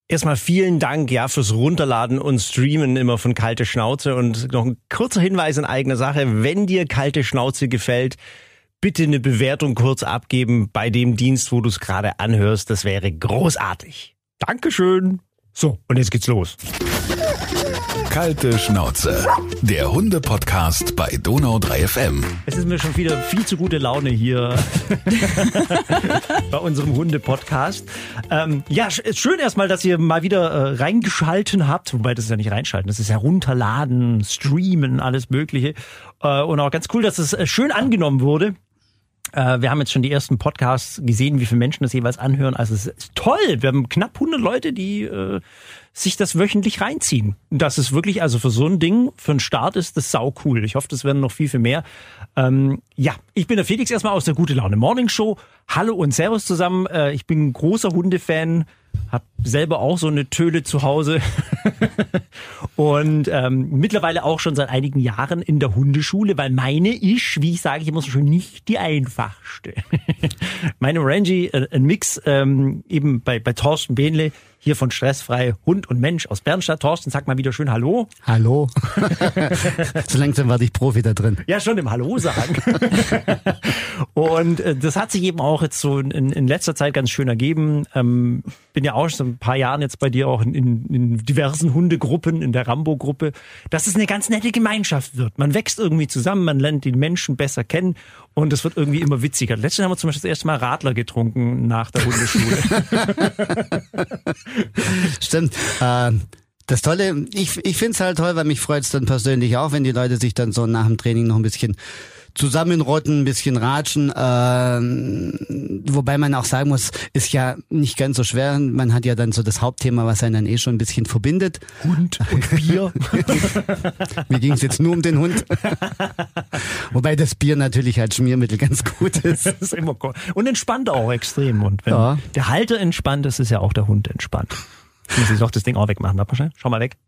Erstmal vielen Dank fürs Runterladen und Streamen immer von Kalte Schnauze. Und noch ein kurzer Hinweis in eigener Sache. Wenn dir Kalte Schnauze gefällt, bitte eine Bewertung kurz abgeben bei dem Dienst, wo du es gerade anhörst. Das wäre großartig. Dankeschön. So, und jetzt geht's los. Kalte Schnauze, der Hunde-Podcast bei Donau 3 FM. Es ist mir schon wieder viel zu gute Laune hier bei unserem Hunde-Podcast. Schön erstmal, dass ihr mal wieder reingeschalten habt. Wobei, das ist ja nicht reinschalten, das ist ja runterladen, streamen, alles Mögliche. Und auch ganz cool, dass es schön angenommen wurde. Wir haben jetzt schon die ersten Podcasts gesehen, wie viele Menschen das jeweils anhören. Also es ist toll. Wir haben knapp 100 Leute, die sich das wöchentlich reinziehen. Das ist wirklich, also für so ein Ding, für einen Start ist das sau cool. Ich hoffe, das werden noch viel, viel mehr. Ich bin der Felix erstmal aus der Gute Laune Morning Show. Hallo und Servus zusammen. Ich bin ein großer Hundefan. Hab selber auch so eine Töle zu Hause und mittlerweile auch schon seit einigen Jahren in der Hundeschule, weil meine ist, wie ich sage, ich immer so schön, nicht die einfachste. Meine Rangie, ein Mix eben bei Thorsten Behnle, hier von Stressfrei Hund und Mensch aus Bernstadt. Thorsten, sag mal wieder schön Hallo. Hallo. So langsam war ich Profi da drin. Ja, schon im Hallo sagen. Und das hat sich eben auch jetzt so in letzter Zeit ganz schön ergeben. Bin ja auch schon ein paar Jahren jetzt bei dir auch in diversen Hundegruppen, in der Rambo-Gruppe, dass es eine ganz nette Gemeinschaft wird. Man wächst irgendwie zusammen, man lernt die Menschen besser kennen und es wird irgendwie immer witziger. Letztens haben wir zum Beispiel das erste Mal Radler getrunken nach der Hundeschule. Stimmt. Das Tolle, ich finde es halt toll, weil mich freut es dann persönlich auch, wenn die Leute sich dann so nach dem Training noch ein bisschen zusammenrotten, ein bisschen ratschen, wobei man auch sagen muss, ist ja nicht ganz so schwer. Man hat ja dann so das Hauptthema, was einen dann schon ein bisschen verbindet. Hund und Bier. Mir ging es jetzt nur um den Hund. Wobei das Bier natürlich als Schmiermittel ganz gut ist. Das ist immer cool. Und entspannt auch extrem. Und wenn der Halter entspannt ist, ist ja auch der Hund entspannt. Ich muss jetzt doch das Ding auch wegmachen. Warte mal schnell. Schau mal weg.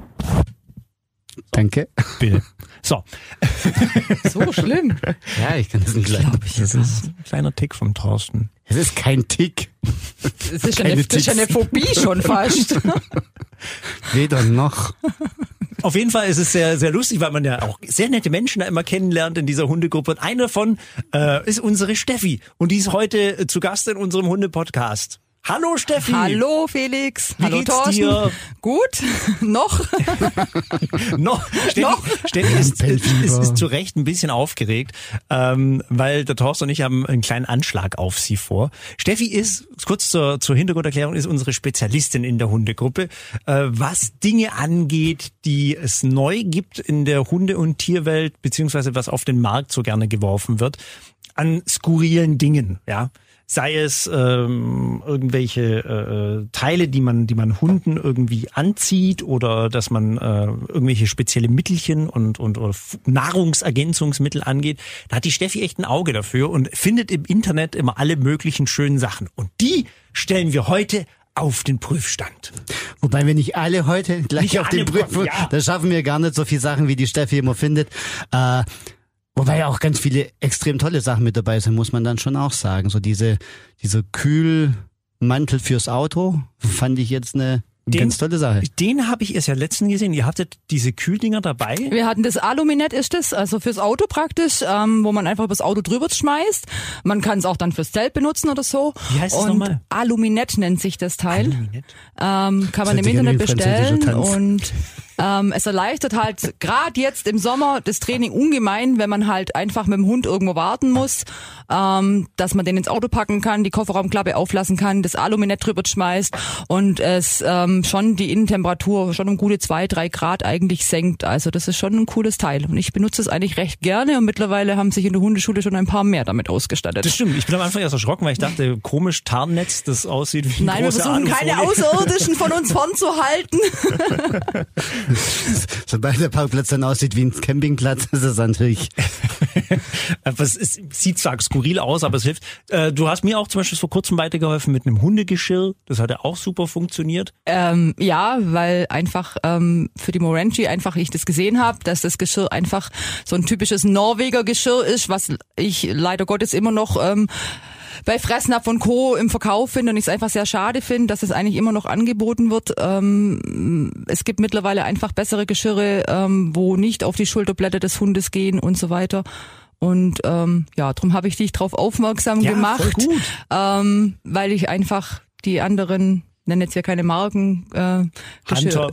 Danke. Bitte. So. So schlimm. Ja, ich kann das nicht leiden. Das ist ein kleiner Tick vom Thorsten. Es ist kein Tick. Das ist eine Phobie schon fast. Weder noch. Auf jeden Fall ist es sehr, sehr lustig, weil man ja auch sehr nette Menschen da immer kennenlernt in dieser Hundegruppe. Und einer davon ist unsere Steffi. Und die ist heute zu Gast in unserem Hunde-Podcast. Hallo Steffi. Hallo Felix. Wie Hallo geht's Thorsten. Dir? Gut. Noch. Steffi ist zu Recht ein bisschen aufgeregt, weil der Thorsten und ich haben einen kleinen Anschlag auf sie vor. Steffi ist, kurz zur Hintergrunderklärung, ist unsere Spezialistin in der Hundegruppe, was Dinge angeht, die es neu gibt in der Hunde- und Tierwelt, beziehungsweise was auf den Markt so gerne geworfen wird, an skurrilen Dingen, ja. Sei es irgendwelche Teile, die man Hunden irgendwie anzieht oder dass man irgendwelche spezielle Mittelchen und oder Nahrungsergänzungsmittel angeht. Da hat die Steffi echt ein Auge dafür und findet im Internet immer alle möglichen schönen Sachen. Und die stellen wir heute auf den Prüfstand. Wobei wir nicht alle heute gleich nicht auf den Prüfstand, da schaffen wir gar nicht so viele Sachen, wie die Steffi immer findet. Wobei ja auch ganz viele extrem tolle Sachen mit dabei sind, muss man dann schon auch sagen. So dieser Kühlmantel fürs Auto fand ich jetzt eine ganz tolle Sache. Den habe ich erst ja letztens gesehen. Ihr hattet diese Kühldinger dabei? Wir hatten das Aluminett ist das, also fürs Auto praktisch, wo man einfach das Auto drüber schmeißt. Man kann es auch dann fürs Zelt benutzen oder so. Wie heißt es nochmal? Aluminett nennt sich das Teil. Aluminett? Kann man im Internet bestellen und es erleichtert halt gerade jetzt im Sommer das Training ungemein, wenn man halt einfach mit dem Hund irgendwo warten muss, dass man den ins Auto packen kann, die Kofferraumklappe auflassen kann, das Aluminett drüber schmeißt und es schon die Innentemperatur schon um gute 2-3 Grad eigentlich senkt. Also das ist schon ein cooles Teil und ich benutze es eigentlich recht gerne und mittlerweile haben sich in der Hundeschule schon ein paar mehr damit ausgestattet. Das stimmt. Ich bin am Anfang erst erschrocken, weil ich dachte, komisch Tarnnetz, das aussieht wie eine große Nein, wir versuchen keine Außerirdischen von uns fernzuhalten. Sobald der Parkplatz dann aussieht wie ein Campingplatz, ist es natürlich. Es sieht zwar skurril aus, aber es hilft. Du hast mir auch zum Beispiel vor kurzem weitergeholfen mit einem Hundegeschirr. Das hat ja auch super funktioniert. Ja, weil einfach für die Morangi einfach ich das gesehen habe, dass das Geschirr einfach so ein typisches Norweger Geschirr ist, was ich leider Gottes immer noch bei Fressnapf und Co. im Verkauf finde und ich es einfach sehr schade finde, dass es eigentlich immer noch angeboten wird. Es gibt mittlerweile einfach bessere Geschirre, wo nicht auf die Schulterblätter des Hundes gehen und so weiter. Und darum habe ich dich drauf aufmerksam gemacht, voll gut. weil ich einfach die anderen, nenne jetzt ja keine Marken, Hunter.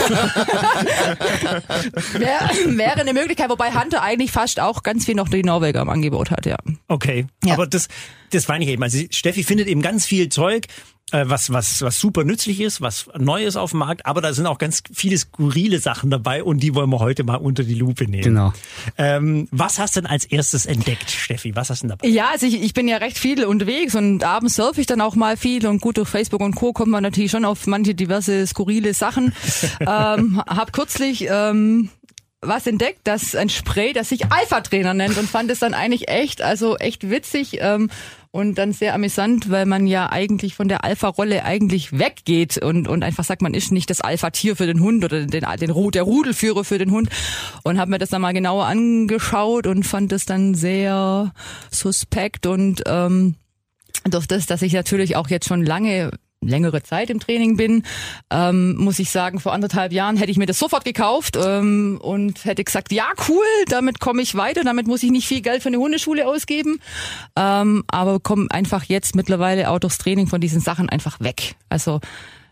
wäre eine Möglichkeit, wobei Hunter eigentlich fast auch ganz viel noch die Norweger im Angebot hat, ja. Okay, ja. Aber das meine ich eben. Also Steffi findet eben ganz viel Zeug, was super nützlich ist, was Neues auf dem Markt, aber da sind auch ganz viele skurrile Sachen dabei und die wollen wir heute mal unter die Lupe nehmen. Genau. Was hast du denn als erstes entdeckt, Steffi? Was hast du denn dabei? Ja, also ich bin ja recht viel unterwegs und abends surfe ich dann auch mal viel und gut, durch Facebook und Co. kommt man natürlich schon auf manche diverse skurrile Sachen. Hab kürzlich was entdeckt, das ein Spray, das sich Alpha-Trainer nennt und fand es dann eigentlich echt witzig und dann sehr amüsant, weil man ja eigentlich von der Alpha-Rolle eigentlich weggeht und einfach sagt, man ist nicht das Alpha-Tier für den Hund oder der Rudelführer für den Hund und habe mir das dann mal genauer angeschaut und fand das dann sehr suspekt und durch das, dass ich natürlich auch jetzt schon längere Zeit im Training bin, muss ich sagen, vor 1,5 Jahren hätte ich mir das sofort gekauft und hätte gesagt, ja cool, damit komme ich weiter, damit muss ich nicht viel Geld für eine Hundeschule ausgeben, aber komme einfach jetzt mittlerweile auch durchs Training von diesen Sachen einfach weg. Also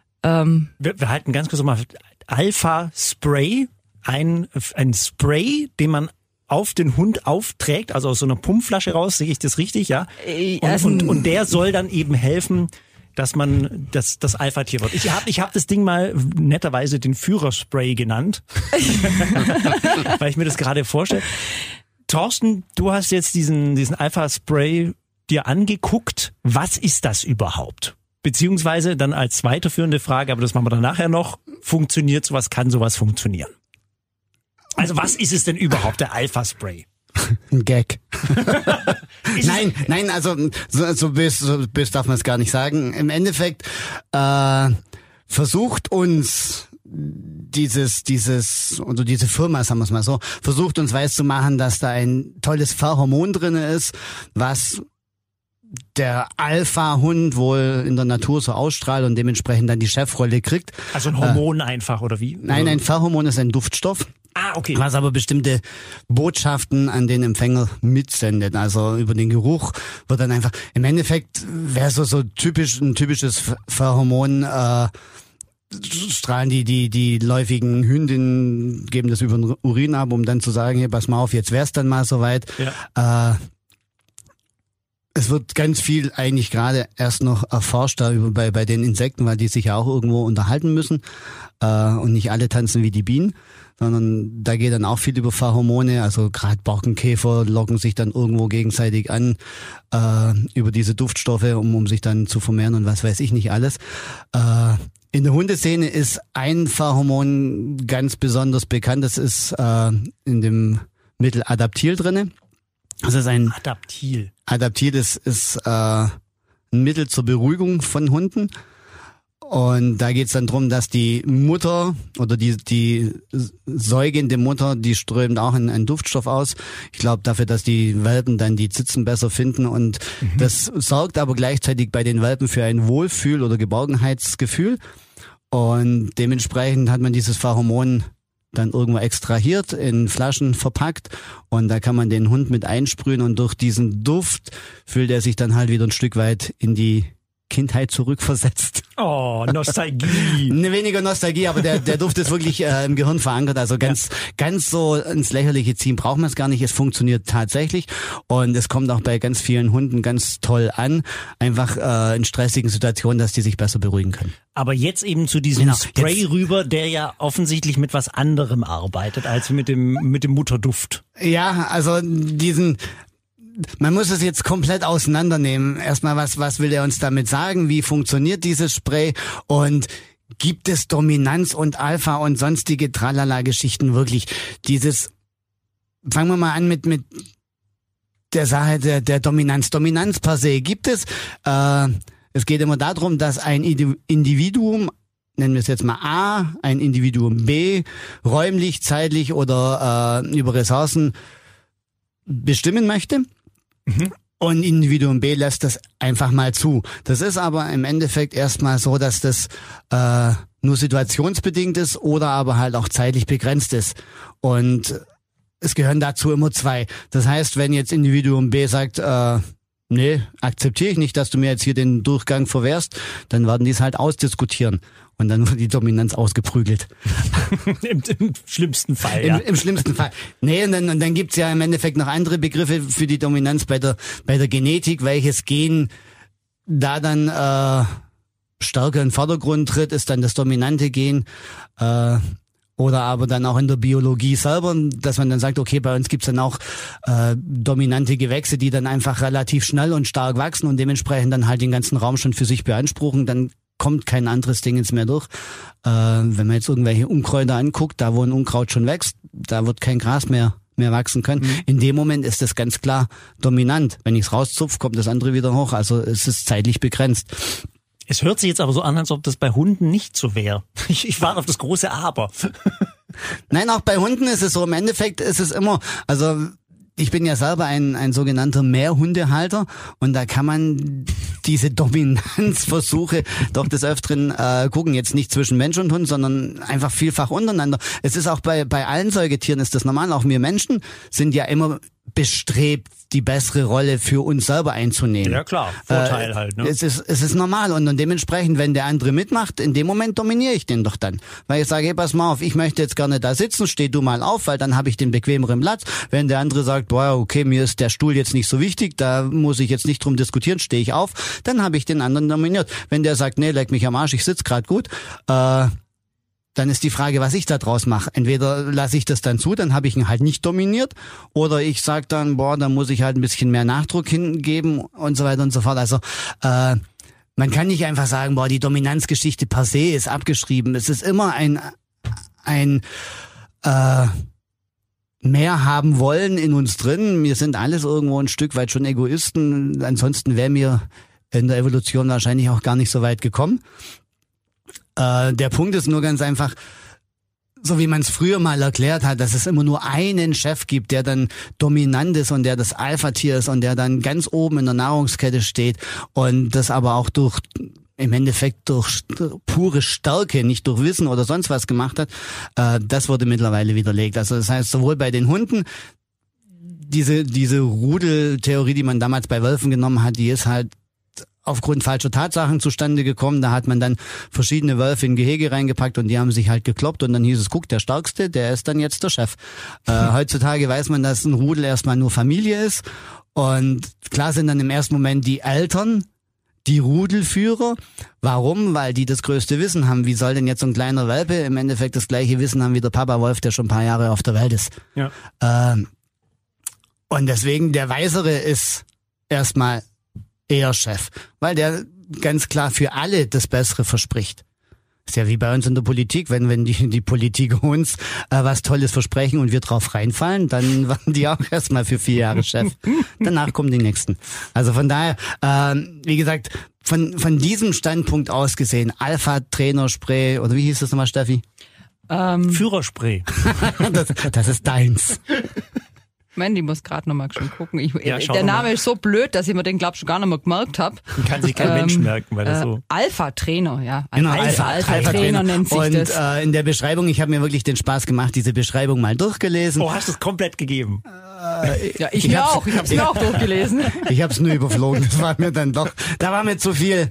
wir halten ganz kurz mal Alpha Spray, ein Spray, den man auf den Hund aufträgt, also aus so einer Pumpflasche raus, sehe ich das richtig, ja? Und der soll dann eben helfen, dass man das Alpha-Tier wird. Ich hab das Ding mal netterweise den Führerspray genannt, weil ich mir das gerade vorstelle. Thorsten, du hast jetzt diesen Alpha-Spray dir angeguckt. Was ist das überhaupt? Beziehungsweise dann als weiterführende Frage, aber das machen wir dann nachher noch, kann sowas funktionieren? Also was ist es denn überhaupt, der Alpha-Spray? Ein Gag. Nein, also so böse darf man es gar nicht sagen. Im Endeffekt versucht uns diese Firma, sagen wir es mal so, versucht uns weiszumachen, dass da ein tolles Pheromon drin ist, was der Alpha-Hund wohl in der Natur so ausstrahlt und dementsprechend dann die Chefrolle kriegt. Also ein Hormon einfach, oder wie? Nein, ein Pheromon ist ein Duftstoff. Ah, okay. Was aber bestimmte Botschaften an den Empfänger mitsendet. Also über den Geruch wird dann einfach, im Endeffekt wäre ein typisches Pheromon, strahlen die läufigen Hündinnen, geben das über den Urin ab, um dann zu sagen, hier, pass mal auf, jetzt wär's dann mal soweit. Ja. Es wird ganz viel eigentlich gerade erst noch erforscht bei den Insekten, weil die sich ja auch irgendwo unterhalten müssen und nicht alle tanzen wie die Bienen, sondern da geht dann auch viel über Pheromone, also gerade Borkenkäfer locken sich dann irgendwo gegenseitig an über diese Duftstoffe, um sich dann zu vermehren und was weiß ich nicht alles. In der Hundeszene ist ein Pheromon ganz besonders bekannt, das ist in dem Mittel Adaptil drinne. Das ist ein Adaptil. Adaptil ist ein Mittel zur Beruhigung von Hunden. Und da geht's dann drum, dass die Mutter oder die säugende Mutter, die strömt auch einen Duftstoff aus. Ich glaube dafür, dass die Welpen dann die Zitzen besser finden. Und das sorgt aber gleichzeitig bei den Welpen für ein Wohlfühl- oder Geborgenheitsgefühl. Und dementsprechend hat man dieses Pheromon dann irgendwo extrahiert, in Flaschen verpackt und da kann man den Hund mit einsprühen und durch diesen Duft fühlt er sich dann halt wieder ein Stück weit in die Kindheit zurückversetzt. Oh, Nostalgie. Weniger Nostalgie, aber der Duft ist wirklich im Gehirn verankert. Also ganz so ins Lächerliche ziehen braucht man es gar nicht. Es funktioniert tatsächlich und es kommt auch bei ganz vielen Hunden ganz toll an. Einfach in stressigen Situationen, dass die sich besser beruhigen können. Aber jetzt eben zu diesem Spray rüber, der ja offensichtlich mit was anderem arbeitet als mit dem Mutterduft. Ja, also man muss es jetzt komplett auseinandernehmen. Erstmal, was will er uns damit sagen? Wie funktioniert dieses Spray? Und gibt es Dominanz und Alpha und sonstige Tralala-Geschichten wirklich? Fangen wir mal an mit der Sache der Dominanz. Dominanz per se gibt es. Es geht immer darum, dass ein Individuum, nennen wir es jetzt mal A, ein Individuum B, räumlich, zeitlich oder über Ressourcen bestimmen möchte. Und Individuum B lässt das einfach mal zu. Das ist aber im Endeffekt erstmal so, dass das nur situationsbedingt ist oder aber halt auch zeitlich begrenzt ist. Und es gehören dazu immer zwei. Das heißt, wenn jetzt Individuum B sagt, nee, akzeptiere ich nicht, dass du mir jetzt hier den Durchgang verwehrst, dann werden die es halt ausdiskutieren. Und dann wird die Dominanz ausgeprügelt. Im schlimmsten Fall, ja. Im schlimmsten Fall. Nee, und dann gibt's ja im Endeffekt noch andere Begriffe für die Dominanz bei der Genetik. Welches Gen da dann stärker in den Vordergrund tritt, ist dann das dominante Gen. Oder aber dann auch in der Biologie selber, dass man dann sagt, okay, bei uns gibt's dann auch dominante Gewächse, die dann einfach relativ schnell und stark wachsen und dementsprechend dann halt den ganzen Raum schon für sich beanspruchen. Dann kommt kein anderes Ding ins mehr durch. Wenn man jetzt irgendwelche Unkräuter anguckt, da wo ein Unkraut schon wächst, da wird kein Gras mehr wachsen können. Mhm. In dem Moment ist das ganz klar dominant. Wenn ich es rauszupfe, kommt das andere wieder hoch. Also es ist zeitlich begrenzt. Es hört sich jetzt aber so an, als ob das bei Hunden nicht so wäre. Ich warte auf das große Aber. Nein, auch bei Hunden ist es so. Im Endeffekt ist es immer, also ich bin ja selber ein sogenannter Mehrhundehalter und da kann man diese Dominanzversuche doch des Öfteren gucken. Jetzt nicht zwischen Mensch und Hund, sondern einfach vielfach untereinander. Es ist auch bei allen Säugetieren ist das normal. Auch wir Menschen sind ja immer bestrebt, die bessere Rolle für uns selber einzunehmen. Ja klar, Vorteil halt. Ne? Es ist normal und dementsprechend, wenn der andere mitmacht, in dem Moment dominiere ich den doch dann. Weil ich sage, hey, pass mal auf, ich möchte jetzt gerne da sitzen, steh du mal auf, weil dann habe ich den bequemeren Platz. Wenn der andere sagt, boah, okay, mir ist der Stuhl jetzt nicht so wichtig, da muss ich jetzt nicht drum diskutieren, stehe ich auf, dann habe ich den anderen dominiert. Wenn der sagt, nee, leck mich am Arsch, ich sitze gerade gut, dann ist die Frage, was ich da draus mache. Entweder lasse ich das dann zu, dann habe ich ihn halt nicht dominiert, oder ich sage dann, boah, da muss ich halt ein bisschen mehr Nachdruck hingeben und so weiter und so fort. Also man kann nicht einfach sagen, boah, die Dominanzgeschichte per se ist abgeschrieben. Es ist immer ein mehr haben wollen in uns drin. Wir sind alles irgendwo ein Stück weit schon Egoisten. Ansonsten wären wir in der Evolution wahrscheinlich auch gar nicht so weit gekommen. Der Punkt ist nur ganz einfach, so wie man es früher mal erklärt hat, dass es immer nur einen Chef gibt, der dann dominant ist und der das Alpha-Tier ist und der dann ganz oben in der Nahrungskette steht und das aber auch im Endeffekt durch pure Stärke, nicht durch Wissen oder sonst was gemacht hat, das wurde mittlerweile widerlegt. Also das heißt, sowohl bei den Hunden, diese Rudeltheorie, die man damals bei Wölfen genommen hat, die ist halt aufgrund falscher Tatsachen zustande gekommen. Da hat man dann verschiedene Wölfe in Gehege reingepackt und die haben sich halt gekloppt und dann hieß es, guck, der Stärkste, der ist dann jetzt der Chef. Heutzutage weiß man, dass ein Rudel erstmal nur Familie ist und klar sind dann im ersten Moment die Eltern die Rudelführer. Warum? Weil die das größte Wissen haben. Wie soll denn jetzt so ein kleiner Welpe im Endeffekt das gleiche Wissen haben wie der Papa Wolf, der schon ein paar Jahre auf der Welt ist? Ja. Und deswegen der Weisere ist erstmal eher Chef, weil der ganz klar für alle das Bessere verspricht. Ist ja wie bei uns in der Politik, wenn die Politiker uns was Tolles versprechen und wir drauf reinfallen, dann waren die auch erstmal für 4 Jahre Chef. Danach kommen die Nächsten. Also von daher, wie gesagt, von diesem Standpunkt aus gesehen, Alpha-Trainer-Spray, oder wie hieß das nochmal, Steffi? Führerspray. das ist deins. Mandy muss gerade nochmal schon gucken. Der Name ist so blöd, dass ich mir den, glaube ich, schon gar nicht mehr gemerkt habe. Kann sich kein Mensch merken, weil das so... Alpha-Trainer, ja. Genau, Alpha-Trainer nennt sich das. Und in der Beschreibung, ich habe mir wirklich den Spaß gemacht, diese Beschreibung mal durchgelesen. Oh, hast du es komplett gegeben? Ja, ich mir auch. Ich habe es mir auch durchgelesen. Ich habe es nur überflogen. Das war mir dann doch... Da war mir zu viel...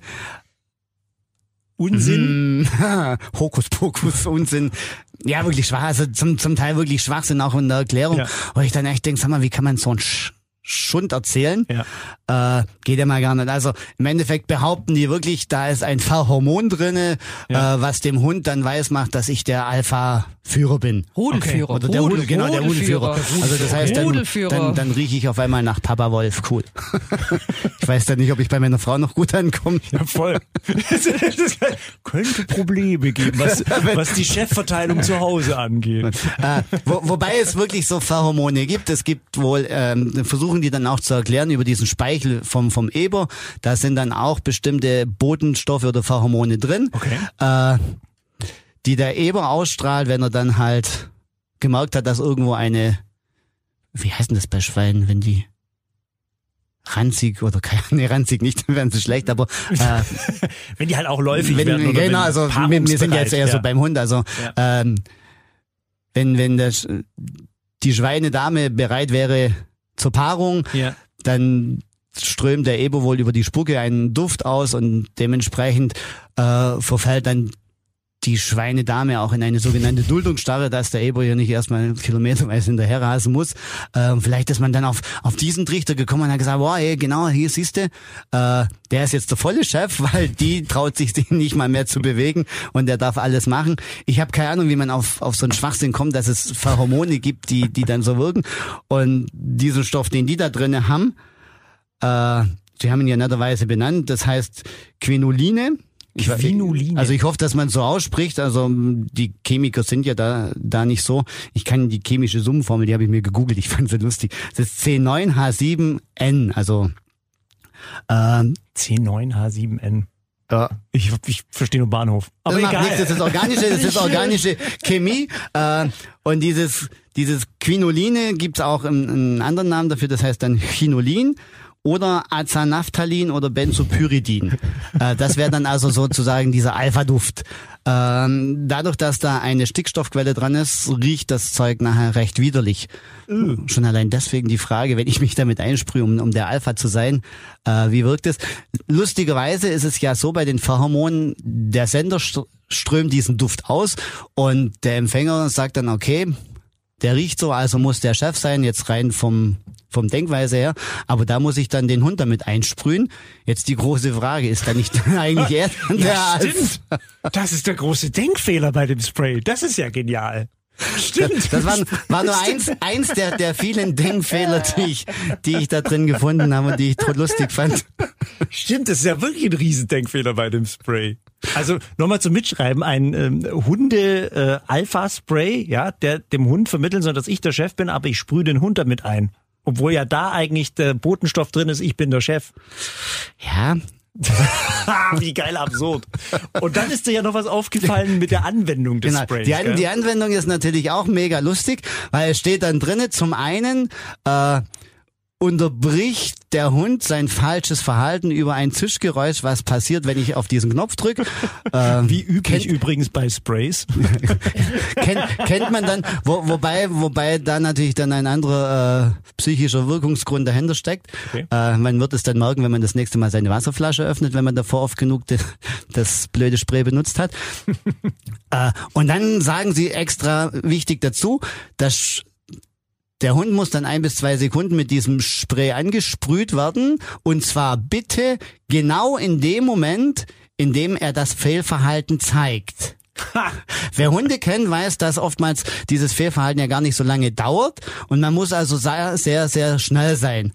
Unsinn? Hokuspokus, Unsinn. Ja, wirklich schwach, also zum Teil wirklich Schwachsinn auch in der Erklärung. Ja. Wo ich dann echt denke, sag mal, wie kann man so ein Schund erzählen? Ja. Geht ja mal gar nicht. Also im Endeffekt behaupten die wirklich, da ist ein Pheromon drinne, was dem Hund dann weiß macht, dass ich der Alpha-Führer bin. Rudelführer. Okay. Oder der Rudelführer. Also das heißt, dann rieche ich auf einmal nach Papa Wolf. Cool. Ich weiß dann nicht, ob ich bei meiner Frau noch gut ankomme. Ja, voll. Das könnte Probleme geben, was die Chefverteilung zu Hause angeht. Wobei es wirklich so Pheromone gibt. Es gibt wohl, versuchen die dann auch zu erklären über diesen Speichel vom Eber. Da sind dann auch bestimmte Botenstoffe oder Pheromone drin, die der Eber ausstrahlt, wenn er dann halt gemerkt hat, dass irgendwo wie heißt denn das bei Schweinen, wenn die ranzig oder ranzig nicht, dann wären sie schlecht, aber wenn die halt auch läufig werden. Oder genau, also wir sind jetzt eher so beim Hund, also wenn die Schweinedame bereit wäre zur Paarung, dann strömt der Eber wohl über die Spucke einen Duft aus und dementsprechend verfällt dann die Schweinedame auch in eine sogenannte Duldungsstarre, dass der Eber hier nicht erstmal kilometerweise hinterher rasen muss. Vielleicht ist man dann auf diesen Trichter gekommen und hat gesagt, wow, hey, genau, hier siehste, der ist jetzt der volle Chef, weil die traut sich nicht mal mehr zu bewegen und der darf alles machen. Ich habe keine Ahnung, wie man auf so einen Schwachsinn kommt, dass es Pheromone gibt, die dann so wirken. Und diesen Stoff, den die da drinnen haben, sie haben ihn ja netterweise benannt, das heißt Quinoline. Quinoline. Also ich hoffe, dass man so ausspricht. Also die Chemiker sind ja da nicht so. Ich kann die chemische Summenformel, die habe ich mir gegoogelt, ich fand sie lustig. Das ist C9H7N, also C9H7N. Ja. Ich verstehe nur Bahnhof. Aber das egal. Macht nichts, das ist organische Chemie. Und dieses Quinoline gibt's auch einen anderen Namen dafür, das heißt dann Chinolin. Oder Azanaftalin oder Benzopyridin. Das wäre dann also sozusagen dieser Alpha-Duft. Dadurch, dass da eine Stickstoffquelle dran ist, riecht das Zeug nachher recht widerlich. Schon allein deswegen die Frage, wenn ich mich damit einsprühe, um der Alpha zu sein, wie wirkt es? Lustigerweise ist es ja so bei den Pheromonen, der Sender strömt diesen Duft aus und der Empfänger sagt dann, okay, der riecht so, also muss der Chef sein, jetzt rein vom Denkweise her, aber da muss ich dann den Hund damit einsprühen. Jetzt die große Frage, ist da nicht eigentlich er der stimmt. Das ist der große Denkfehler bei dem Spray. Das ist ja genial. Stimmt. Das war nur eins der vielen Denkfehler, die ich da drin gefunden habe und die ich lustig fand. Stimmt, das ist ja wirklich ein Riesendenkfehler bei dem Spray. Also nochmal zum Mitschreiben, ein Hunde-Alpha-Spray, ja, der dem Hund vermitteln soll, dass ich der Chef bin, aber ich sprühe den Hund damit ein. Obwohl ja da eigentlich der Botenstoff drin ist, ich bin der Chef. Ja. Wie geil absurd. Und dann ist dir ja noch was aufgefallen mit der Anwendung des Sprays. Die Anwendung ist natürlich auch mega lustig, weil es steht dann drinnen, zum einen unterbricht der Hund sein falsches Verhalten über ein Zischgeräusch, was passiert, wenn ich auf diesen Knopf drücke. Wie üblich übrigens bei Sprays. kennt man dann, wobei da natürlich dann ein anderer psychischer Wirkungsgrund dahinter steckt. Okay. Man wird es dann merken, wenn man das nächste Mal seine Wasserflasche öffnet, wenn man davor oft genug das blöde Spray benutzt hat. Und dann sagen sie extra wichtig dazu, dass der Hund muss dann 1 bis 2 Sekunden mit diesem Spray angesprüht werden und zwar bitte genau in dem Moment, in dem er das Fehlverhalten zeigt. Wer Hunde kennt, weiß, dass oftmals dieses Fehlverhalten ja gar nicht so lange dauert und man muss also sehr, sehr, sehr schnell sein.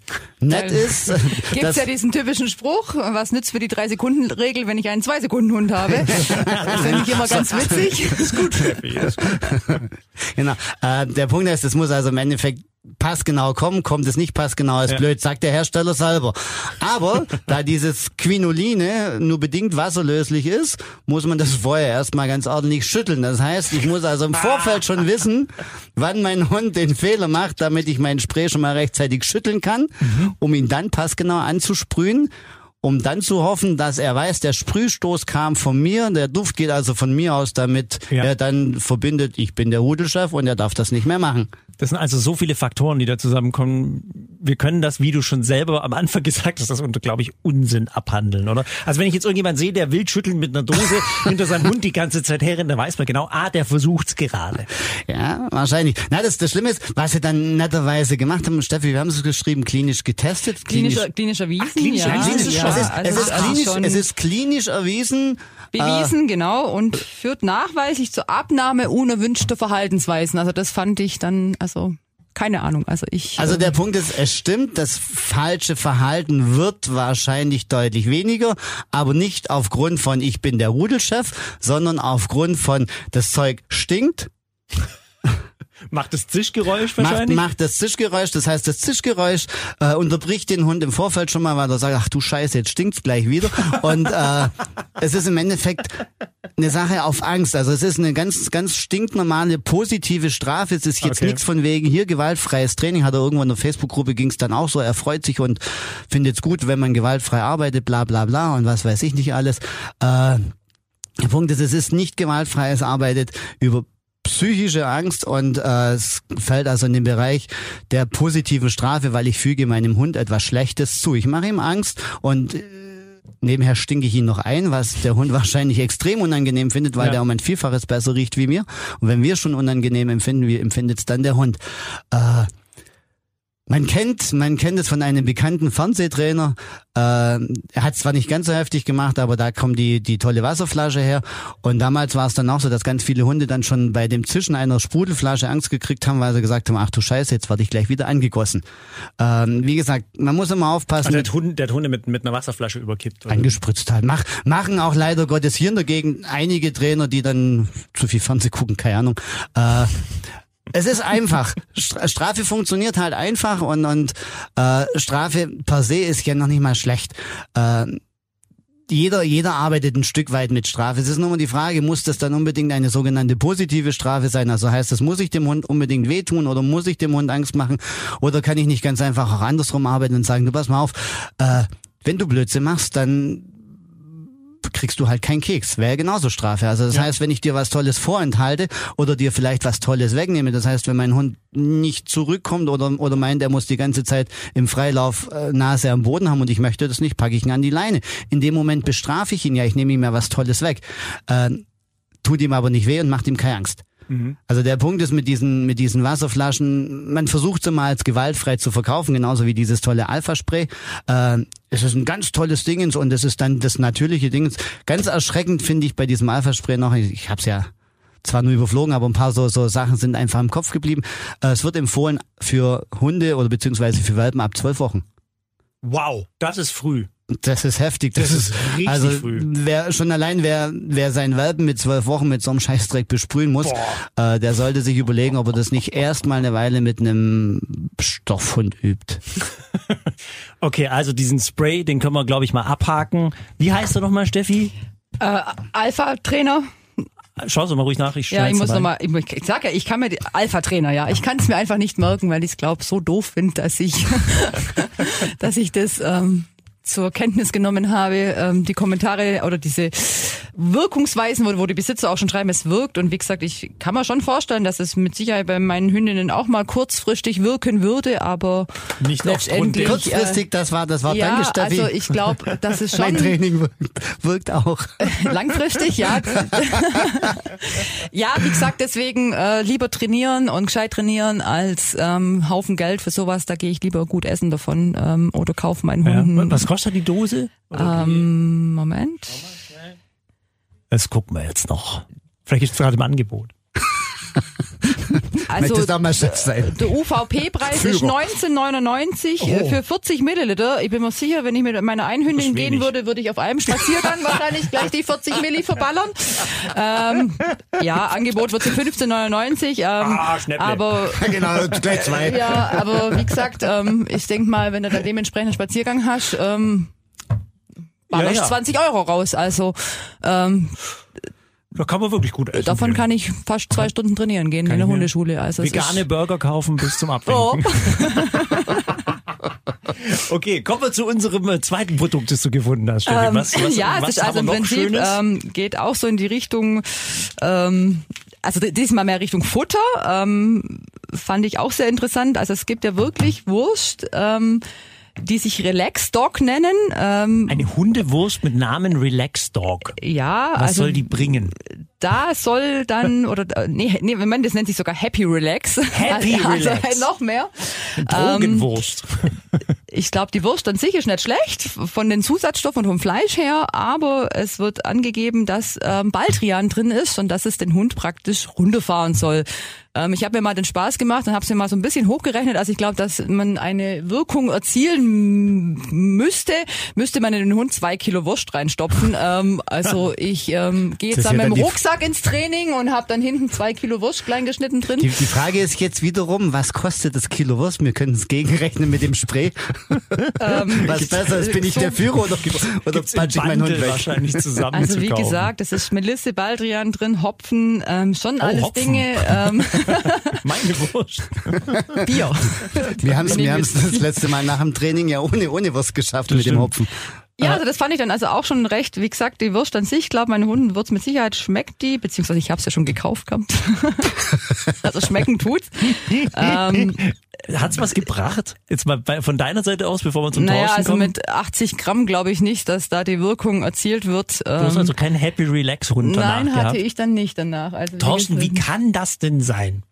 Gibt's ja diesen typischen Spruch, was nützt für die 3-Sekunden-Regel, wenn ich einen 2-Sekunden-Hund habe? Das finde ich immer ganz witzig. Das ist gut, Steffi. Genau. Der Punkt ist, es muss also im Endeffekt passgenau kommen, kommt es nicht passgenau, ist blöd, sagt der Hersteller selber. Aber da dieses Quinoline nur bedingt wasserlöslich ist, muss man das vorher erstmal ganz ordentlich schütteln. Das heißt, ich muss also im Vorfeld schon wissen, wann mein Hund den Fehler macht, damit ich meinen Spray schon mal rechtzeitig schütteln kann, um ihn dann passgenau anzusprühen, um dann zu hoffen, dass er weiß, der Sprühstoß kam von mir, der Duft geht also von mir aus, damit er dann verbindet, ich bin der Rudelchef und er darf das nicht mehr machen. Das sind also so viele Faktoren, die da zusammenkommen. Wir können das, wie du schon selber am Anfang gesagt hast, das unter, glaube ich, Unsinn abhandeln, oder? Also wenn ich jetzt irgendjemand sehe, der wild schütteln mit einer Dose hinter seinem Hund die ganze Zeit herrennt, dann weiß man genau, der versucht's gerade. Ja, wahrscheinlich. Na, das Schlimme ist, was wir dann netterweise gemacht haben, Steffi, wir haben es geschrieben, klinisch getestet. Klinisch erwiesen, Es ist klinisch erwiesen. Bewiesen, genau, und führt nachweislich zur Abnahme unerwünschter Verhaltensweisen. Also das fand ich dann, keine Ahnung. Also der Punkt ist, es stimmt, das falsche Verhalten wird wahrscheinlich deutlich weniger, aber nicht aufgrund von ich bin der Rudelchef, sondern aufgrund von das Zeug stinkt. Macht das Zischgeräusch wahrscheinlich? Macht das Zischgeräusch, das heißt, das Zischgeräusch unterbricht den Hund im Vorfeld schon mal, weil er sagt, ach du Scheiße, jetzt stinkt's gleich wieder. Und es ist im Endeffekt eine Sache auf Angst. Also es ist eine ganz, ganz stinknormale, positive Strafe. Es ist jetzt nichts von wegen, hier gewaltfreies Training. Hat er irgendwo in der Facebook-Gruppe, ging's dann auch so, er freut sich und findet es gut, wenn man gewaltfrei arbeitet, bla bla bla und was weiß ich nicht alles. Der Punkt ist, es ist nicht gewaltfrei, es arbeitet über psychische Angst und es fällt also in den Bereich der positiven Strafe, weil ich füge meinem Hund etwas Schlechtes zu. Ich mache ihm Angst und nebenher stinke ich ihn noch ein, was der Hund wahrscheinlich extrem unangenehm findet, weil der um ein Vielfaches besser riecht wie mir. Und wenn wir schon unangenehm empfinden, wie empfindet es dann der Hund? Man kennt es von einem bekannten Fernsehtrainer. Er hat es zwar nicht ganz so heftig gemacht, aber da kommt die tolle Wasserflasche her. Und damals war es dann auch so, dass ganz viele Hunde dann schon bei dem Zischen einer Sprudelflasche Angst gekriegt haben, weil sie gesagt haben, ach du Scheiße, jetzt werde ich gleich wieder angegossen. Wie gesagt, man muss immer aufpassen. Also der hat Hunde mit einer Wasserflasche überkippt. Oder? Angespritzt halt. Machen auch leider Gottes hier in der Gegend einige Trainer, die dann zu viel Fernseh gucken, keine Ahnung. Es ist einfach. Strafe funktioniert halt einfach und Strafe per se ist ja noch nicht mal schlecht. Jeder arbeitet ein Stück weit mit Strafe. Es ist nur mal die Frage, muss das dann unbedingt eine sogenannte positive Strafe sein? Also heißt das, muss ich dem Hund unbedingt wehtun oder muss ich dem Hund Angst machen? Oder kann ich nicht ganz einfach auch andersrum arbeiten und sagen, du pass mal auf, wenn du Blödsinn machst, dann kriegst du halt keinen Keks. Wäre genauso Strafe. Also das heißt, wenn ich dir was Tolles vorenthalte oder dir vielleicht was Tolles wegnehme, das heißt, wenn mein Hund nicht zurückkommt oder meint, er muss die ganze Zeit im Freilauf Nase am Boden haben und ich möchte das nicht, packe ich ihn an die Leine. In dem Moment bestrafe ich ihn ja, ich nehme ihm ja was Tolles weg. Tut ihm aber nicht weh und macht ihm keine Angst. Also der Punkt ist mit diesen Wasserflaschen, man versucht sie mal als gewaltfrei zu verkaufen, genauso wie dieses tolle Alpha-Spray. Es ist ein ganz tolles Ding und es ist dann das natürliche Ding. Ganz erschreckend finde ich bei diesem Alpha-Spray noch, ich habe es ja zwar nur überflogen, aber ein paar so Sachen sind einfach im Kopf geblieben. Es wird empfohlen für Hunde oder beziehungsweise für Welpen ab 12 Wochen. Wow, das ist früh. Das ist heftig. Das ist richtig früh. Wer seinen Welpen mit 12 Wochen mit so einem Scheißdreck besprühen muss, der sollte sich überlegen, ob er das nicht erstmal eine Weile mit einem Stoffhund übt. Okay, also diesen Spray, den können wir, glaube ich, mal abhaken. Wie heißt er nochmal, Steffi? Alpha-Trainer. Schau mal ruhig nach. Ich muss nochmal, ich sag ja, ich kann mir Alpha-Trainer, ja. Ich kann es mir einfach nicht merken, weil ich es, glaube so doof finde, dass ich das zur Kenntnis genommen habe, die Kommentare oder diese Wirkungsweisen, wo die Besitzer auch schon schreiben, es wirkt. Und wie gesagt, ich kann mir schon vorstellen, dass es mit Sicherheit bei meinen Hündinnen auch mal kurzfristig wirken würde, aber nicht letztendlich. Kurzfristig, das war danke, Steffi. Also ich glaube, das ist schon... Mein Training wirkt auch. Langfristig, ja. Ja, wie gesagt, deswegen lieber trainieren und gescheit trainieren als Haufen Geld für sowas. Da gehe ich lieber gut essen davon oder kaufe meinen Hunden. Was kostet die Dose? Moment. Das gucken wir jetzt noch. Vielleicht ist es gerade im Angebot. Also der UVP-Preis ist 19,99 für 40 Milliliter. Ich bin mir sicher, wenn ich mit meiner Einhündin gehen würde, würde ich auf einem Spaziergang wahrscheinlich gleich die 40 Milli verballern. Angebot wird zu 15,99. Aber genau, gleich 2. Ja, aber wie gesagt, ich denke mal, wenn du dann dementsprechend einen Spaziergang hast, ballerst 20 Euro raus. Also da kann man wirklich gut essen. Davon kann ich fast 2 Stunden trainieren gehen in der Hundeschule. Also vegane Burger kaufen bis zum Abwinken. Okay, kommen wir zu unserem zweiten Produkt, das du gefunden hast, Steffi. Was es ist also im Prinzip geht auch so in die Richtung, also diesmal mehr Richtung Futter, fand ich auch sehr interessant. Also es gibt ja wirklich Wurst, die sich Relax Dog nennen. Eine Hundewurst mit Namen Relax Dog. Ja. Was soll die bringen? Da soll dann, das nennt sich sogar Happy Relax. Happy Relax. Also noch mehr. Drogenwurst. Ich glaube, die Wurst an sich ist nicht schlecht, von den Zusatzstoffen und vom Fleisch her, aber es wird angegeben, dass Baldrian drin ist und dass es den Hund praktisch runterfahren soll. Ich habe mir mal den Spaß gemacht und habe es mir mal so ein bisschen hochgerechnet. Also ich glaube, dass man eine Wirkung erzielen müsste man in den Hund 2 Kilo Wurst reinstopfen. Also ich gehe jetzt dann mit dem Rucksack ins Training und habe dann hinten 2 Kilo Wurst klein geschnitten drin. Die Frage ist jetzt wiederum, was kostet das Kilo Wurst? Wir können es gegenrechnen mit dem Spray. Was besser ist, bin ich der Führer oder patsch ich meinen Hund weg? Wahrscheinlich zusammen also wie gesagt, es ist Melisse, Baldrian drin, Hopfen, schon alles Hopfen. Dinge. Meine Wurst. Bier. Wir haben es das letzte Mal nach dem Training ja ohne Wurst geschafft mit dem Hopfen. Ja, also das fand ich dann also auch schon recht. Wie gesagt, die Wurst an sich, ich glaube, meine Hunden wird's mit Sicherheit schmeckt die, beziehungsweise ich habe es ja schon gekauft gehabt. Also schmecken tut's. Hat's was gebracht? Jetzt mal von deiner Seite aus, bevor wir zum Thorsten kommen. Also mit 80 Gramm glaube ich nicht, dass da die Wirkung erzielt wird. Du hast also keinen Happy Relax Hund danach Nein, hatte gehabt. ich dann nicht danach. Also Thorsten, wie kann das denn sein?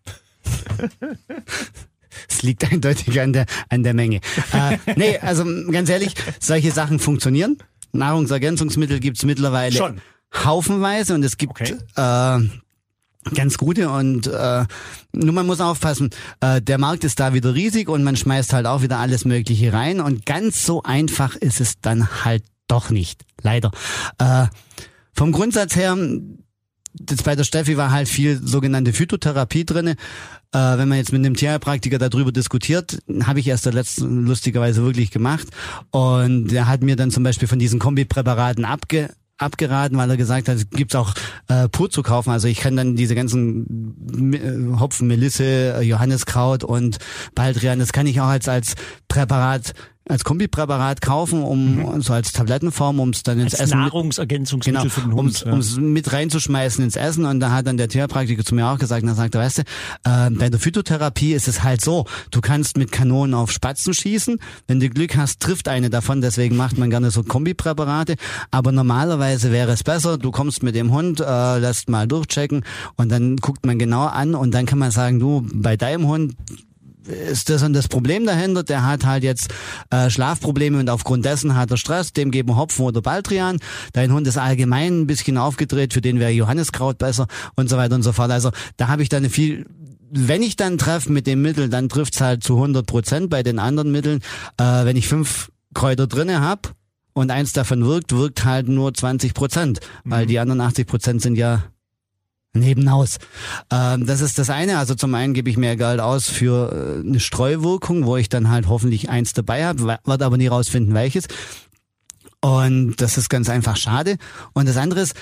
Es liegt eindeutig an der Menge. Nee, also ganz ehrlich, solche Sachen funktionieren. Nahrungsergänzungsmittel gibt's mittlerweile schon haufenweise und es gibt ganz gute und nur man muss aufpassen, der Markt ist da wieder riesig und man schmeißt halt auch wieder alles Mögliche rein und ganz so einfach ist es dann halt doch nicht, leider. Vom Grundsatz her, jetzt bei der Steffi war halt viel sogenannte Phytotherapie drinne. Wenn man jetzt mit einem Tierheilpraktiker darüber diskutiert, habe ich erst letzten lustigerweise wirklich gemacht und der hat mir dann zum Beispiel von diesen Kombipräparaten abgeraten, weil er gesagt hat, es gibt's auch pur zu kaufen. Also ich kann dann diese ganzen Hopfen, Melisse, Johanniskraut und Baldrian, das kann ich auch als Präparat, als Kombipräparat kaufen, so als Tablettenform, um es dann ins Essen Nahrungsergänzungsmittel für den Hund. Um es mit reinzuschmeißen ins Essen. Und da hat dann der Tierpraktiker zu mir auch gesagt, er sagte, weißt du, bei der Phytotherapie ist es halt so, du kannst mit Kanonen auf Spatzen schießen. Wenn du Glück hast, trifft eine davon. Deswegen macht man gerne so Kombipräparate. Aber normalerweise wäre es besser, du kommst mit dem Hund, lässt mal durchchecken und dann guckt man genau an und dann kann man sagen, du, bei deinem Hund ist das und das Problem dahinter, der hat halt jetzt Schlafprobleme und aufgrund dessen hat er Stress, dem geben Hopfen oder Baldrian, dein Hund ist allgemein ein bisschen aufgedreht, für den wäre Johanniskraut besser und so weiter und so fort. Also da habe ich dann wenn ich dann treffe mit dem Mittel, dann trifft's halt zu 100%. Bei den anderen Mitteln, wenn ich 5 Kräuter drinne habe und eins davon wirkt halt nur 20%, weil die anderen 80% sind ja nebenaus. Das ist das eine. Also zum einen gebe ich mehr Geld aus für eine Streuwirkung, wo ich dann halt hoffentlich eins dabei habe, werde aber nie rausfinden, welches. Und das ist ganz einfach schade. Und das andere ist,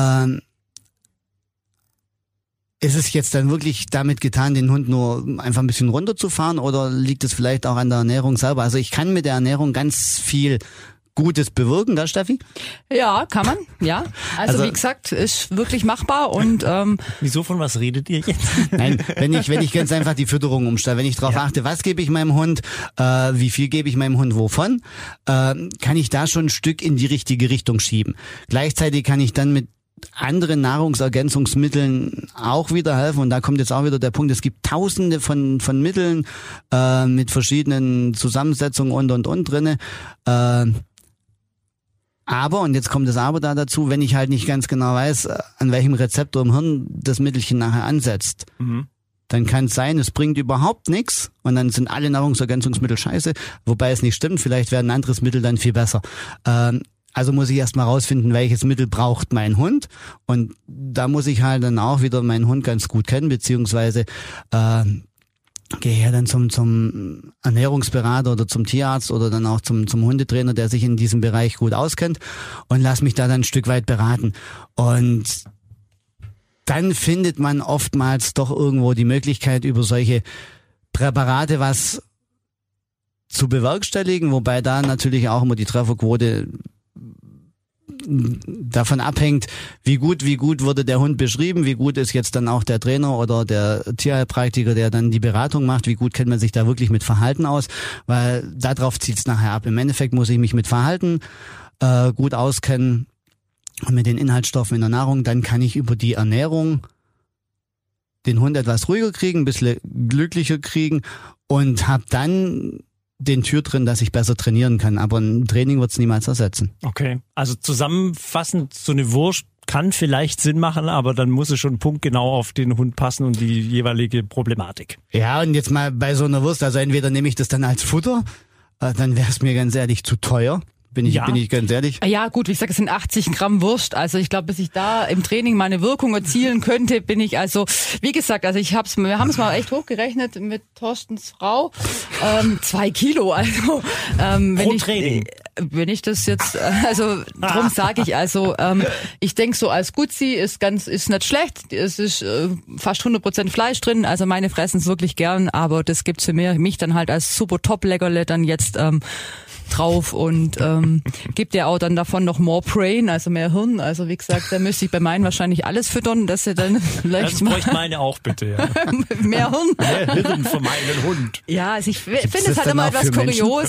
ist es jetzt dann wirklich damit getan, den Hund nur einfach ein bisschen runterzufahren oder liegt es vielleicht auch an der Ernährung selber? Also ich kann mit der Ernährung ganz viel Gutes bewirken, da Steffi? Ja, kann man, ja. Also wie gesagt, ist wirklich machbar und Wieso, von was redet ihr jetzt? Nein, wenn ich ganz einfach die Fütterung umstelle, wenn ich darauf achte, was gebe ich meinem Hund, wie viel gebe ich meinem Hund wovon, kann ich da schon ein Stück in die richtige Richtung schieben. Gleichzeitig kann ich dann mit anderen Nahrungsergänzungsmitteln auch wieder helfen und da kommt jetzt auch wieder der Punkt, es gibt tausende von Mitteln mit verschiedenen Zusammensetzungen und drinne. Aber, und jetzt kommt das Aber da dazu, wenn ich halt nicht ganz genau weiß, an welchem Rezeptor im Hirn das Mittelchen nachher ansetzt, dann kann es sein, es bringt überhaupt nichts und dann sind alle Nahrungsergänzungsmittel scheiße, wobei es nicht stimmt, vielleicht wäre ein anderes Mittel dann viel besser. Also muss ich erstmal rausfinden, welches Mittel braucht mein Hund und da muss ich halt dann auch wieder meinen Hund ganz gut kennen, beziehungsweise gehe ja dann zum Ernährungsberater oder zum Tierarzt oder dann auch zum Hundetrainer, der sich in diesem Bereich gut auskennt und lass mich da dann ein Stück weit beraten. Und dann findet man oftmals doch irgendwo die Möglichkeit, über solche Präparate was zu bewerkstelligen, wobei da natürlich auch immer die Trefferquote davon abhängt, wie gut wurde der Hund beschrieben, wie gut ist jetzt dann auch der Trainer oder der Tierheilpraktiker, der dann die Beratung macht, wie gut kennt man sich da wirklich mit Verhalten aus, weil darauf zieht es nachher ab. Im Endeffekt muss ich mich mit Verhalten gut auskennen und mit den Inhaltsstoffen in der Nahrung, dann kann ich über die Ernährung den Hund etwas ruhiger kriegen, ein bisschen glücklicher kriegen und habe dann den Tür drin, dass ich besser trainieren kann. Aber ein Training wird es niemals ersetzen. Okay, also zusammenfassend, so eine Wurst kann vielleicht Sinn machen, aber dann muss es schon punktgenau auf den Hund passen und die jeweilige Problematik. Ja, und jetzt mal bei so einer Wurst, also entweder nehme ich das dann als Futter, dann wäre es mir ganz ehrlich zu teuer. Bin ich ganz ehrlich. Ja gut, wie gesagt, es sind 80 Gramm Wurst. Also ich glaube, bis ich da im Training meine Wirkung erzielen könnte, bin ich also, wie gesagt, also wir haben es mal echt hochgerechnet mit Thorstens Frau. 2 Kilo, also pro Training. Wenn ich das jetzt, also drum sage ich, also ich denke so als Gutzi ist nicht schlecht. Es ist fast 100% Fleisch drin, also meine fressen es wirklich gern, aber das gibt's für mich dann halt als super Top-Leckerle dann jetzt drauf und gibt ja auch dann davon noch more brain, also mehr Hirn. Also wie gesagt, da müsste ich bei meinen wahrscheinlich alles füttern, dass sie dann vielleicht das bräuchte meine auch bitte, ja. Mehr Hirn. Mehr Hirn für meinen Hund. Ja, also ich finde es halt immer etwas kurios,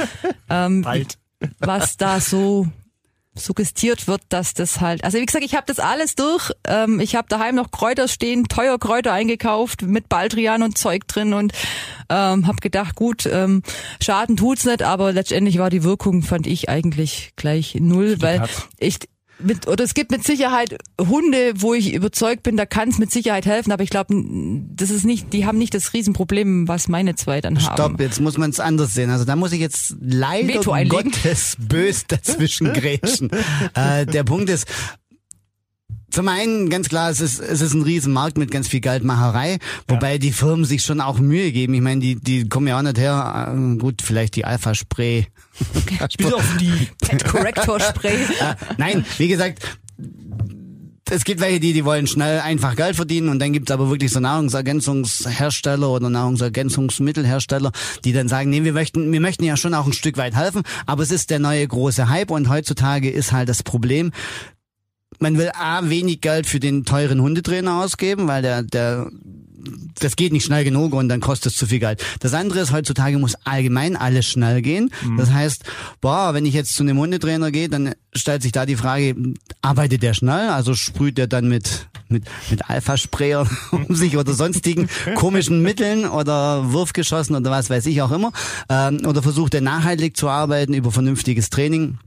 was da so suggestiert wird, dass das halt, also wie gesagt, ich habe das alles durch, ich habe daheim noch Kräuter stehen, teuer Kräuter eingekauft mit Baldrian und Zeug drin und habe gedacht, gut, Schaden tut's nicht, aber letztendlich war die Wirkung, fand ich eigentlich gleich null, weil es gibt mit Sicherheit Hunde, wo ich überzeugt bin, da kann es mit Sicherheit helfen, aber ich glaube, die haben nicht das Riesenproblem, was meine zwei dann haben. Stopp, jetzt muss man es anders sehen. Also da muss ich jetzt leider Gottes bös dazwischen grätschen. Der Punkt ist, zum einen, ganz klar, es ist ein Riesenmarkt mit ganz viel Geldmacherei, wobei die Firmen sich schon auch Mühe geben. Ich meine, die kommen ja auch nicht her, gut, vielleicht die Alpha-Spray. Bis auf die Corrector-Spray. Nein, wie gesagt, es gibt welche, die wollen schnell einfach Geld verdienen und dann gibt's aber wirklich so Nahrungsergänzungshersteller oder Nahrungsergänzungsmittelhersteller, die dann sagen, nee, wir möchten ja schon auch ein Stück weit helfen, aber es ist der neue große Hype und heutzutage ist halt das Problem, man will wenig Geld für den teuren Hundetrainer ausgeben, weil das geht nicht schnell genug und dann kostet es zu viel Geld. Das andere ist, heutzutage muss allgemein alles schnell gehen. Das heißt, wenn ich jetzt zu einem Hundetrainer gehe, dann stellt sich da die Frage, arbeitet der schnell? Also sprüht der dann mit Alpha-Sprayer um sich oder sonstigen komischen Mitteln oder Wurfgeschossen oder was weiß ich auch immer. Oder versucht er nachhaltig zu arbeiten über vernünftiges Training.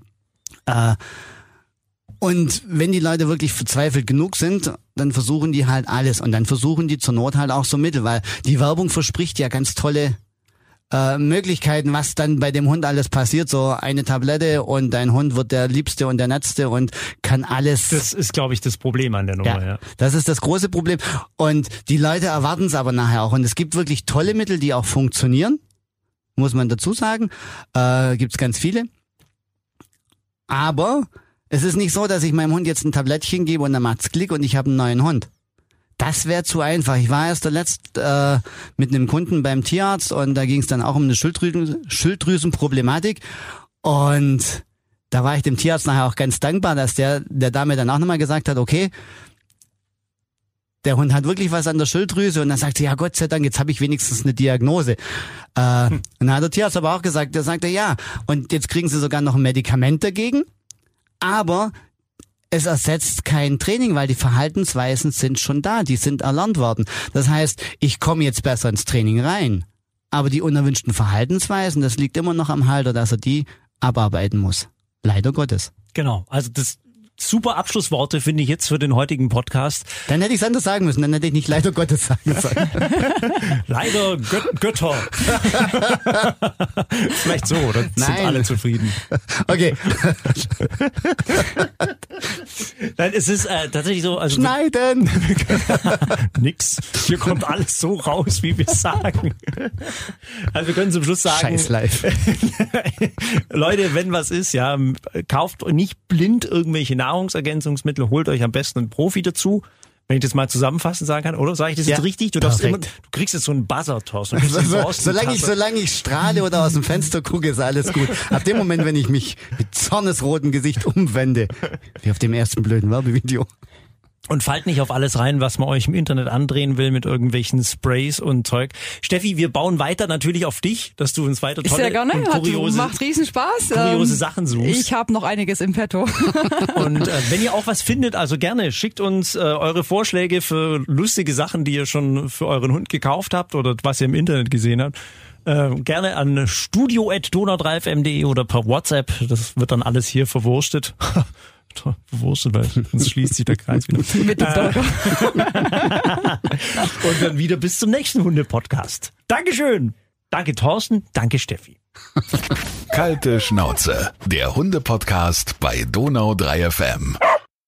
Und wenn die Leute wirklich verzweifelt genug sind, dann versuchen die halt alles. Und dann versuchen die zur Not halt auch so Mittel, weil die Werbung verspricht ja ganz tolle Möglichkeiten, was dann bei dem Hund alles passiert. So eine Tablette und dein Hund wird der Liebste und der Nettste und kann alles. Das ist, glaube ich, das Problem an der Nummer. Ja. Das ist das große Problem. Und die Leute erwarten es aber nachher auch. Und es gibt wirklich tolle Mittel, die auch funktionieren, muss man dazu sagen. Gibt's ganz viele. Aber es ist nicht so, dass ich meinem Hund jetzt ein Tablettchen gebe und dann macht's Klick und ich habe einen neuen Hund. Das wäre zu einfach. Ich war erst zuletzt mit einem Kunden beim Tierarzt und da ging es dann auch um eine Schilddrüsenproblematik und da war ich dem Tierarzt nachher auch ganz dankbar, dass der Dame dann auch nochmal gesagt hat, okay, der Hund hat wirklich was an der Schilddrüse und dann sagt sie, ja Gott sei Dank, jetzt habe ich wenigstens eine Diagnose. Und dann hat der Tierarzt aber auch gesagt, der sagte, ja, und jetzt kriegen sie sogar noch ein Medikament dagegen. Aber es ersetzt kein Training, weil die Verhaltensweisen sind schon da, die sind erlernt worden. Das heißt, ich komme jetzt besser ins Training rein. Aber die unerwünschten Verhaltensweisen, das liegt immer noch am Halter, dass er die abarbeiten muss. Leider Gottes. Genau, also das super Abschlussworte finde ich jetzt für den heutigen Podcast. Dann hätte ich es anders sagen müssen, dann hätte ich nicht leider Gottes sagen sollen. Leider Götter. Vielleicht so, oder sind alle zufrieden? Okay. Nein, es ist tatsächlich so. Also schneiden! Nix. Hier kommt alles so raus, wie wir sagen. Also wir können zum Schluss sagen. Scheiß live. Leute, wenn was ist, ja, kauft nicht blind irgendwelche Nahrungsergänzungsmittel, holt euch am besten einen Profi dazu. Wenn ich das mal zusammenfassend sagen kann, oder? Sage ich das jetzt richtig? Du kriegst jetzt so einen Buzzer, Thorsten. Solange ich strahle oder aus dem Fenster gucke, ist alles gut. Ab dem Moment, wenn ich mich mit zornesrotem Gesicht umwende, wie auf dem ersten blöden Werbevideo. Und fallt nicht auf alles rein, was man euch im Internet andrehen will mit irgendwelchen Sprays und Zeug. Steffi, wir bauen weiter natürlich auf dich, dass du uns weiter tolle und kuriose, macht riesen Spaß. Kuriose Sachen suchst. Ich habe noch einiges im Petto. Und wenn ihr auch was findet, also gerne schickt uns eure Vorschläge für lustige Sachen, die ihr schon für euren Hund gekauft habt oder was ihr im Internet gesehen habt. Gerne an studio@donau3fm.de oder per WhatsApp. Das wird dann alles hier verwurstet. Wurscht, weil sonst schließt sich der Kreis wieder. Mit dem Burger. Und dann wieder bis zum nächsten Hunde-Podcast. Dankeschön. Danke Thorsten, danke Steffi. Kalte Schnauze, der Hunde-Podcast bei Donau 3 FM.